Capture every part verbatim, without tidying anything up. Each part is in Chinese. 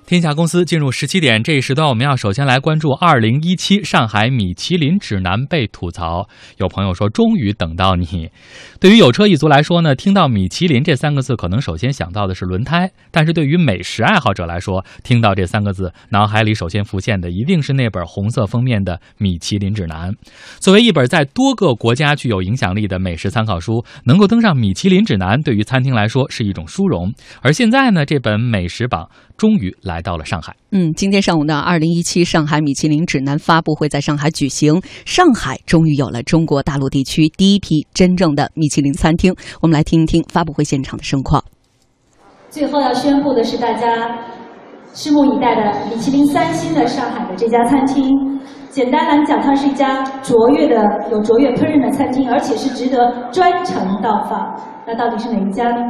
天下公司进入十七点这一时段，我们要首先来关注二零一七上海米其林指南被吐槽。有朋友说终于等到你。对于有车一族来说呢，听到米其林这三个字可能首先想到的是轮胎，但是对于美食爱好者来说，听到这三个字脑海里首先浮现的一定是那本红色封面的米其林指南。作为一本在多个国家具有影响力的美食参考书，能够登上米其林指南对于餐厅来说是一种殊荣。而现在呢，这本美食榜终于来到了上海。 嗯，今天上午呢，二零一七上海米其林指南发布会在上海举行，上海终于有了中国大陆地区第一批真正的米其林餐厅。我们来听一听发布会现场的盛况。 最后要宣布的是大家拭目以待的米其林三星的上海的这家餐厅。简单来讲，它是一家卓越的、有卓越烹饪的餐厅，而且是值得专程到访。那到底是哪一家呢？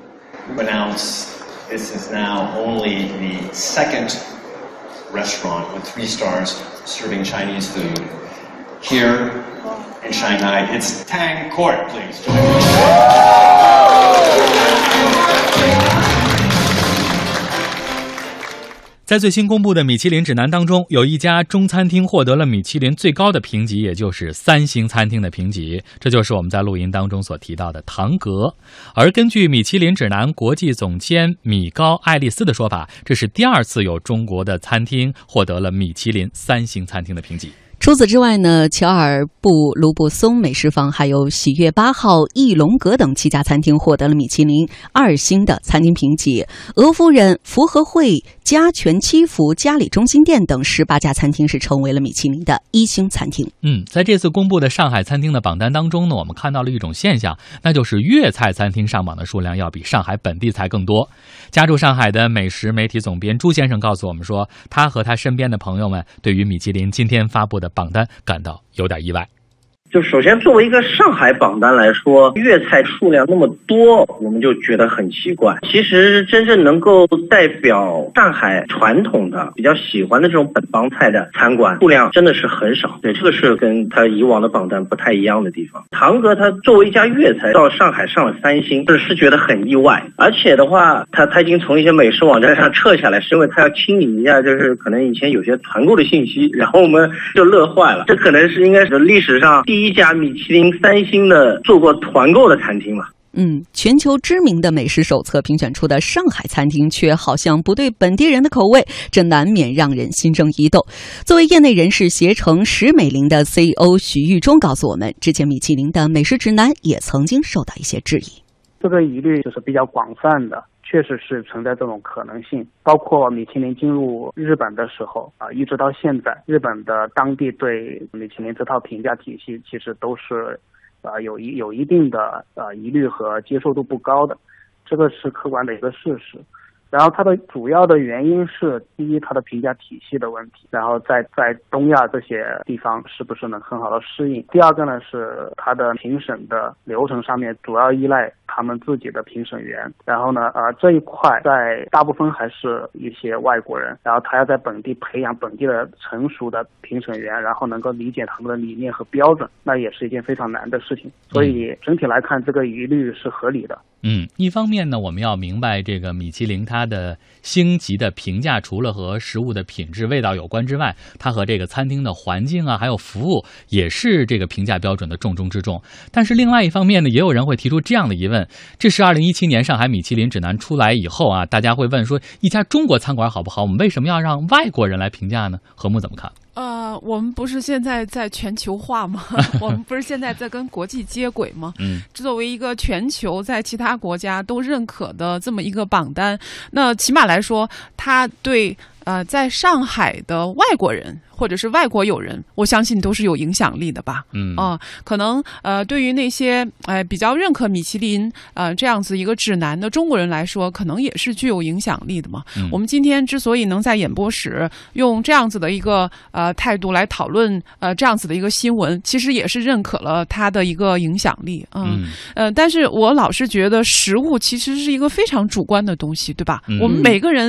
This is now only the second restaurant with three stars serving Chinese food here in Shanghai. It's Tang Court, please join me. 在最新公布的米其林指南当中，有一家中餐厅获得了米其林最高的评级，也就是三星餐厅的评级，这就是我们在录音当中所提到的堂格。而根据米其林指南国际总监米高爱丽丝的说法，这是第二次有中国的餐厅获得了米其林三星餐厅的评级。 除此之外呢，乔尔布卢布松美食坊还有喜悦八号、翼龙阁等七家餐厅获得了米其林二星的餐厅评级。俄夫人、福和会、嘉泉七福、嘉里中心店等十八家餐厅是成为了米其林的一星餐厅。 嗯，在这次公布的上海餐厅的榜单当中呢，我们看到了一种现象，那就是粤菜餐厅上榜的数量要比上海本地菜更多。家住上海的美食媒体总编朱先生告诉我们说，他和他身边的朋友们对于米其林今天发布的榜单感到有点意外。 就首先作为一个上海榜单来说，粤菜数量那么多，我们就觉得很奇怪。其实真正能够代表上海传统的比较喜欢的这种本帮菜的餐馆数量真的是很少。对，这个是跟他以往的榜单不太一样的地方。堂格他作为一家粤菜到上海上了三星，这是觉得很意外。而且的话，他他已经从一些美食网站上撤下来，是因为他要清理一下，就是可能以前有些团购的信息，然后我们就乐坏了。这可能是应该是历史上第一一家米其林三星的做过团购的餐厅了。 嗯，全球知名的美食手册评选出的上海餐厅却好像不对本地人的口味，这难免让人心生疑窦。作为业内人士，携程石美林的 C E O 许玉忠告诉我们，之前米其林的美食指南也曾经受到一些质疑。 这个疑虑就是比较广泛的，确实是存在这种可能性。包括米其林进入日本的时候啊，一直到现在，日本的当地对米其林这套评价体系其实都是啊有一有一定的啊疑虑和接受度不高的，这个是客观的一个事实。然后它的主要的原因是，第一，它的评价体系的问题，然后在在东亚这些地方是不是能很好的适应。第二个呢是它的评审的流程上面主要依赖他们自己的评审员，然后呢呃这一块在大部分还是一些外国人，然后他要在本地培养本地的成熟的评审员，然后能够理解他们的理念和标准，那也是一件非常难的事情。所以整体来看，这个疑虑是合理的。 嗯，一方面呢，我们要明白这个米其林它的星级的评价，除了和食物的品质、味道有关之外，它和这个餐厅的环境啊，还有服务也是这个评价标准的重中之重。但是另外一方面呢，也有人会提出这样的疑问：这是二零一七年上海米其林指南出来以后啊，大家会问说，一家中国餐馆好不好？我们为什么要让外国人来评价呢？何木怎么看？ 呃，我们不是现在在全球化吗？我们不是现在在跟国际接轨吗？嗯，作为一个全球在其他国家都认可的这么一个榜单，那起码来说，它对呃在上海的外国人或者是外国友人，我相信都是有影响力的吧。嗯啊、呃，可能呃对于那些呃比较认可米其林呃这样子一个指南的中国人来说，可能也是具有影响力的嘛。嗯、我们今天之所以能在演播室用这样子的一个呃态度来讨论呃这样子的一个新闻，其实也是认可了它的一个影响力。嗯, 嗯呃，但是我老是觉得食物其实是一个非常主观的东西，对吧？嗯、我们每个人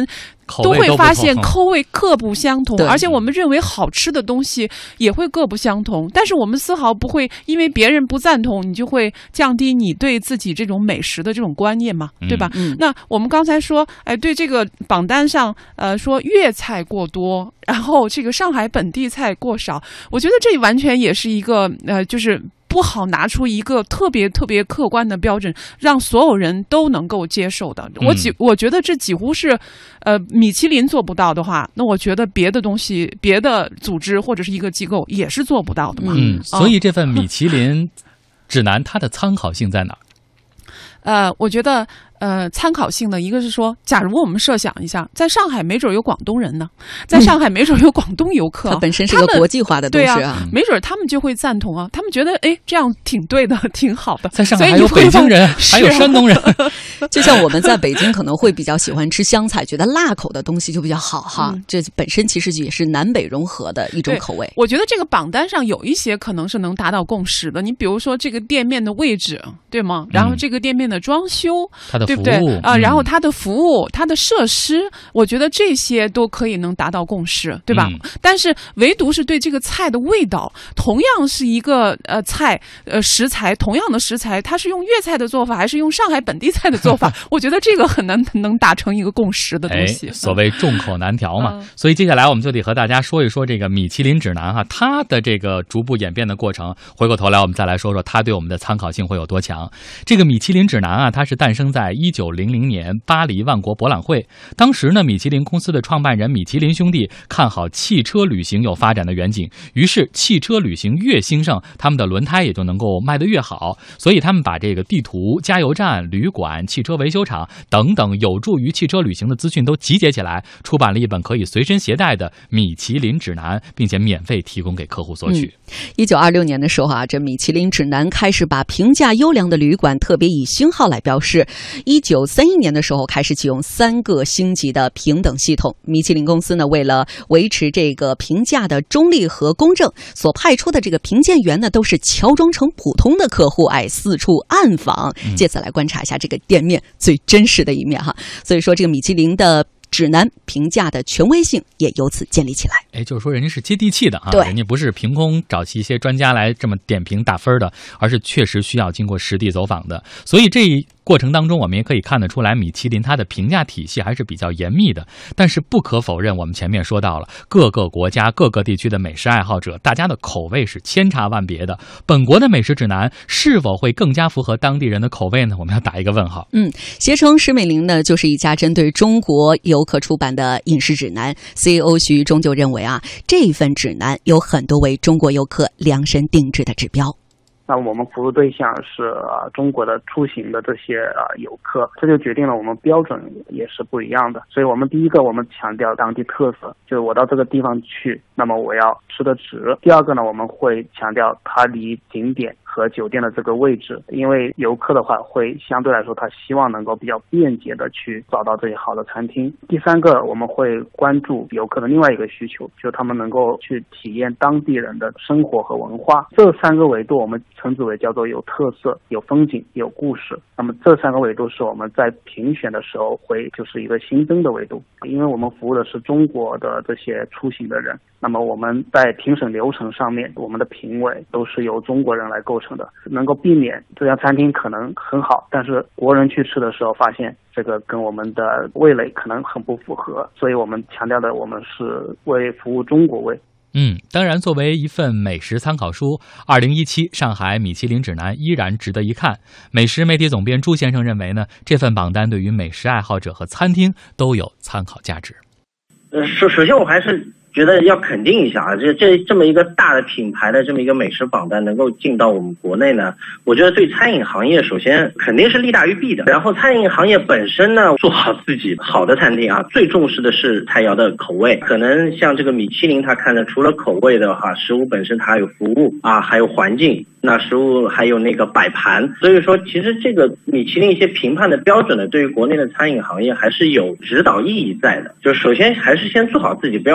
都会发现口味各不相同，而且我们认为好吃的东西也会各不相同。但是我们丝毫不会因为别人不赞同，你就会降低你对自己这种美食的这种观念嘛，对吧？嗯、那我们刚才说，哎，对这个榜单上，呃，说粤菜过多，然后这个上海本地菜过少，我觉得这完全也是一个呃，就是不好拿出一个特别特别客观的标准，让所有人都能够接受的。我几我觉得这几乎是，呃，米其林做不到的话，那我觉得别的东西、别的组织或者是一个机构也是做不到的嘛。 嗯，所以这份米其林指南它的参考性在哪儿？ 呃，我觉得呃，参考性的一个是说，假如我们设想一下，在上海没准有广东人呢，在上海没准有广东游客， 它本身是个国际化的都市啊， 对啊，没准他们就会赞同啊，他们觉得哎，这样挺对的，挺好的。 在上海还有北京人，还有山东人， 就像我们在北京可能会比较喜欢吃湘菜，觉得辣口的东西就比较好哈。嗯、这本身其实也是南北融合的一种口味。 我觉得这个榜单上有一些可能是能达到共识的，你比如说这个店面的位置，对吗？然后这个店面的装修， 它的服务对不对啊？然后它的服务、它的设施，我觉得这些都可以能达到共识，对吧？嗯、但是唯独是对这个菜的味道，同样是一个呃菜呃食材，同样的食材，它是用粤菜的做法还是用上海本地菜的做法？我觉得这个很难能达成一个共识的东西。 哎、所谓众口难调嘛，嗯、所以接下来我们就得和大家说一说这个米其林指南哈，它的这个逐步演变的过程。回过头来，我们再来说说它对我们的参考性会有多强。这个米其林指南啊，它是诞生在一九零零年巴黎万国博览会。当时呢，米其林公司的创办人米其林兄弟看好汽车旅行有发展的远景，于是汽车旅行越兴盛，他们的轮胎也就能够卖得越好。所以他们把这个地图、加油站、旅馆、汽车维修厂等等有助于汽车旅行的资讯都集结起来，出版了一本可以随身携带的米其林指南，并且免费提供给客户索取。 一九二六年的时候啊，这米其林指南开始把评价优良的旅馆特别以星号来标示。一九三一年的时候开始启用三个星级的平等系统。米其林公司呢，为了维持这个评价的中立和公正，所派出的这个评鉴员呢，都是乔装成普通的客户，哎，四处暗访，借此来观察一下这个店面最真实的一面哈。所以说，这个米其林的指南评价的权威性也由此建立起来。 哎，就是说人家是接地气的啊， 对， 人家不是凭空找一些专家来这么点评打分的，而是确实需要经过实地走访的。所以这一过程当中，我们也可以看得出来，米其林它的评价体系还是比较严密的。但是不可否认，我们前面说到了，各个国家、各个地区的美食爱好者，大家的口味是千差万别的。本国的美食指南是否会更加符合当地人的口味呢？我们要打一个问号。 嗯，携程石美林呢，就是一家针对中国游客出版的饮食指南。C E O 徐忠就认为啊，这份指南有很多为中国游客量身定制的指标。 那我们服务对象是呃中国的出行的这些呃游客，这就决定了我们标准也是不一样的。所以我们第一个，我们强调当地特色，就是我到这个地方去，那么我要吃得值。第二个呢，我们会强调它离景点和酒店的这个位置，因为游客的话会相对来说他希望能够比较便捷的去找到这些好的餐厅。第三个，我们会关注游客的另外一个需求，就是他们能够去体验当地人的生活和文化。这三个维度我们称之为叫做有特色、有风景、有故事。那么这三个维度是我们在评选的时候会就是一个新增的维度，因为我们服务的是中国的这些出行的人，那么我们在评审流程上面，我们的评委都是由中国人来构成的，能够避免这家餐厅可能很好，但是国人去吃的时候发现这个跟我们的味蕾可能很不符合，所以我们强调的我们是为服务中国味。 嗯，当然，作为一份美食参考书，二零一七上海米其林指南依然值得一看。美食媒体总编朱先生认为呢，这份榜单对于美食爱好者和餐厅都有参考价值。 呃，首首先我还是觉得要肯定一下啊，这这这么一个大的品牌的这么一个美食榜单能够进到我们国内呢，我觉得对餐饮行业首先肯定是利大于弊的。然后餐饮行业本身呢，做好自己好的餐厅啊，最重视的是菜肴的口味。可能像这个米其林，它看的除了口味的话，食物本身它还有服务啊，还有环境。那食物还有那个摆盘，所以说其实这个米其林一些评判的标准呢，对于国内的餐饮行业还是有指导意义在的。就首先还是先做好自己，不要去迎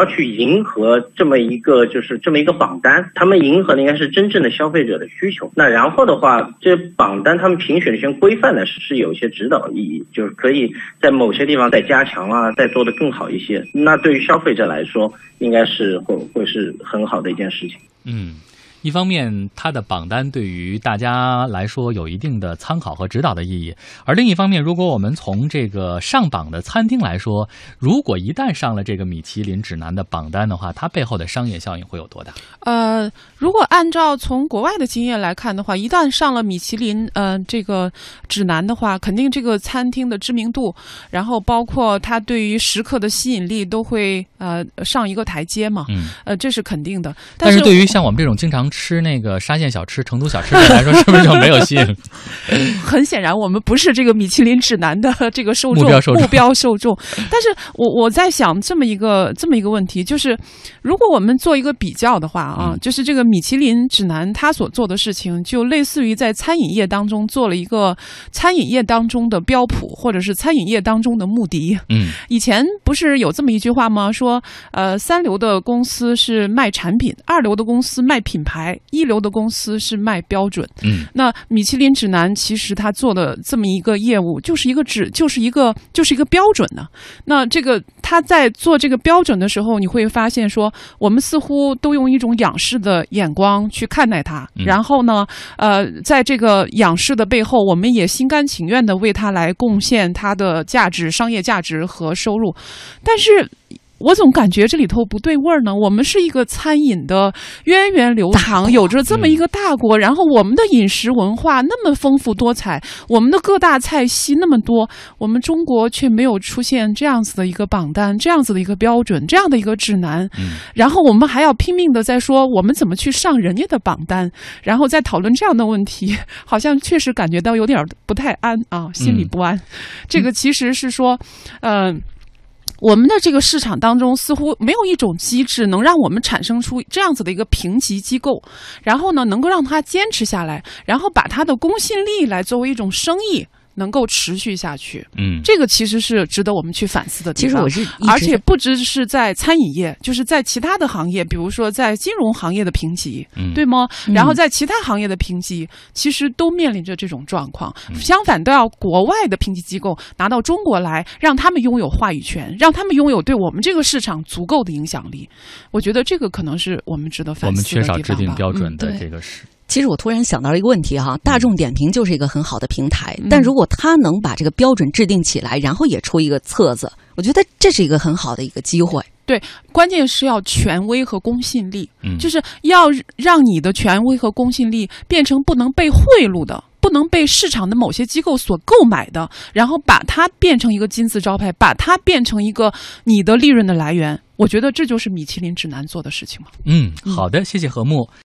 迎合这么一个就是这么一个榜单，他们迎合的应该是真正的消费者的需求。那然后的话，这榜单他们评选的一些规范呢是有一些指导意义，就是可以在某些地方再加强啊，再做得更好一些。那对于消费者来说，应该是会会是很好的一件事情。 嗯。一方面，它的榜单对于大家来说有一定的参考和指导的意义；而另一方面，如果我们从这个上榜的餐厅来说，如果一旦上了这个米其林指南的榜单的话，它背后的商业效应会有多大？ 呃，如果按照从国外的经验来看的话，一旦上了米其林呃这个指南的话，肯定这个餐厅的知名度，然后包括它对于食客的吸引力都会呃上一个台阶嘛。嗯，呃，这是肯定的。但是， 但是对于像我们这种经常吃那个沙县小吃、成都小吃的人来说，是不是就没有吸引力？ 很显然，我们不是这个米其林指南的这个受众目标受众。 目标受众。但是我我在想这么一个这么一个问题，就是如果我们做一个比较的话啊，嗯、就是这个米其林指南它所做的事情，就类似于在餐饮业当中做了一个餐饮业当中的标普，或者是餐饮业当中的穆迪。嗯，以前不是有这么一句话吗？说呃，三流的公司是卖产品，二流的公司卖品牌，一流的公司是卖标准。嗯，那米其林指南其实它做的这么一个业务，就是一个指，就是一个就是一个标准呢。那这个他在做这个标准的时候，你会发现说，我们似乎都用一种仰视的眼光去看待它，嗯、然后呢，呃，在这个仰视的背后，我们也心甘情愿的为它来贡献它的价值、商业价值和收入，但是。我总感觉这里头不对味儿呢。我们是一个餐饮的源远流长，有着这么一个大国，然后我们的饮食文化那么丰富多彩，我们的各大菜系那么多，我们中国却没有出现这样子的一个榜单，这样子的一个标准，这样的一个指南。嗯、然后我们还要拼命的在说我们怎么去上人家的榜单，然后再讨论这样的问题，好像确实感觉到有点不太安啊，心里不安。嗯、这个其实是说，嗯、呃。我们的这个市场当中似乎没有一种机制能让我们产生出这样子的一个评级机构，然后呢能够让它坚持下来，然后把它的公信力来作为一种生意能够持续下去。嗯，这个其实是值得我们去反思的地方。其实我是，而且不只是在餐饮业，就是在其他的行业，比如说在金融行业的评级，嗯、对吗？然后在其他行业的评级，其实都面临着这种状况。嗯、相反，都要国外的评级机构拿到中国来，让他们拥有话语权，让他们拥有对我们这个市场足够的影响力。我觉得这个可能是我们值得反思的地方吧。 我们缺少制定标准的这个是。 嗯其实我突然想到了一个问题哈，大众点评就是一个很好的平台，嗯、但如果它能把这个标准制定起来，然后也出一个册子，我觉得这是一个很好的一个机会。 对，关键是要权威和公信力，嗯、就是要让你的权威和公信力变成不能被贿赂的，不能被市场的某些机构所购买的，然后把它变成一个金字招牌，把它变成一个你的利润的来源。我觉得这就是米其林指南做的事情嘛。 嗯，好的，谢谢何木。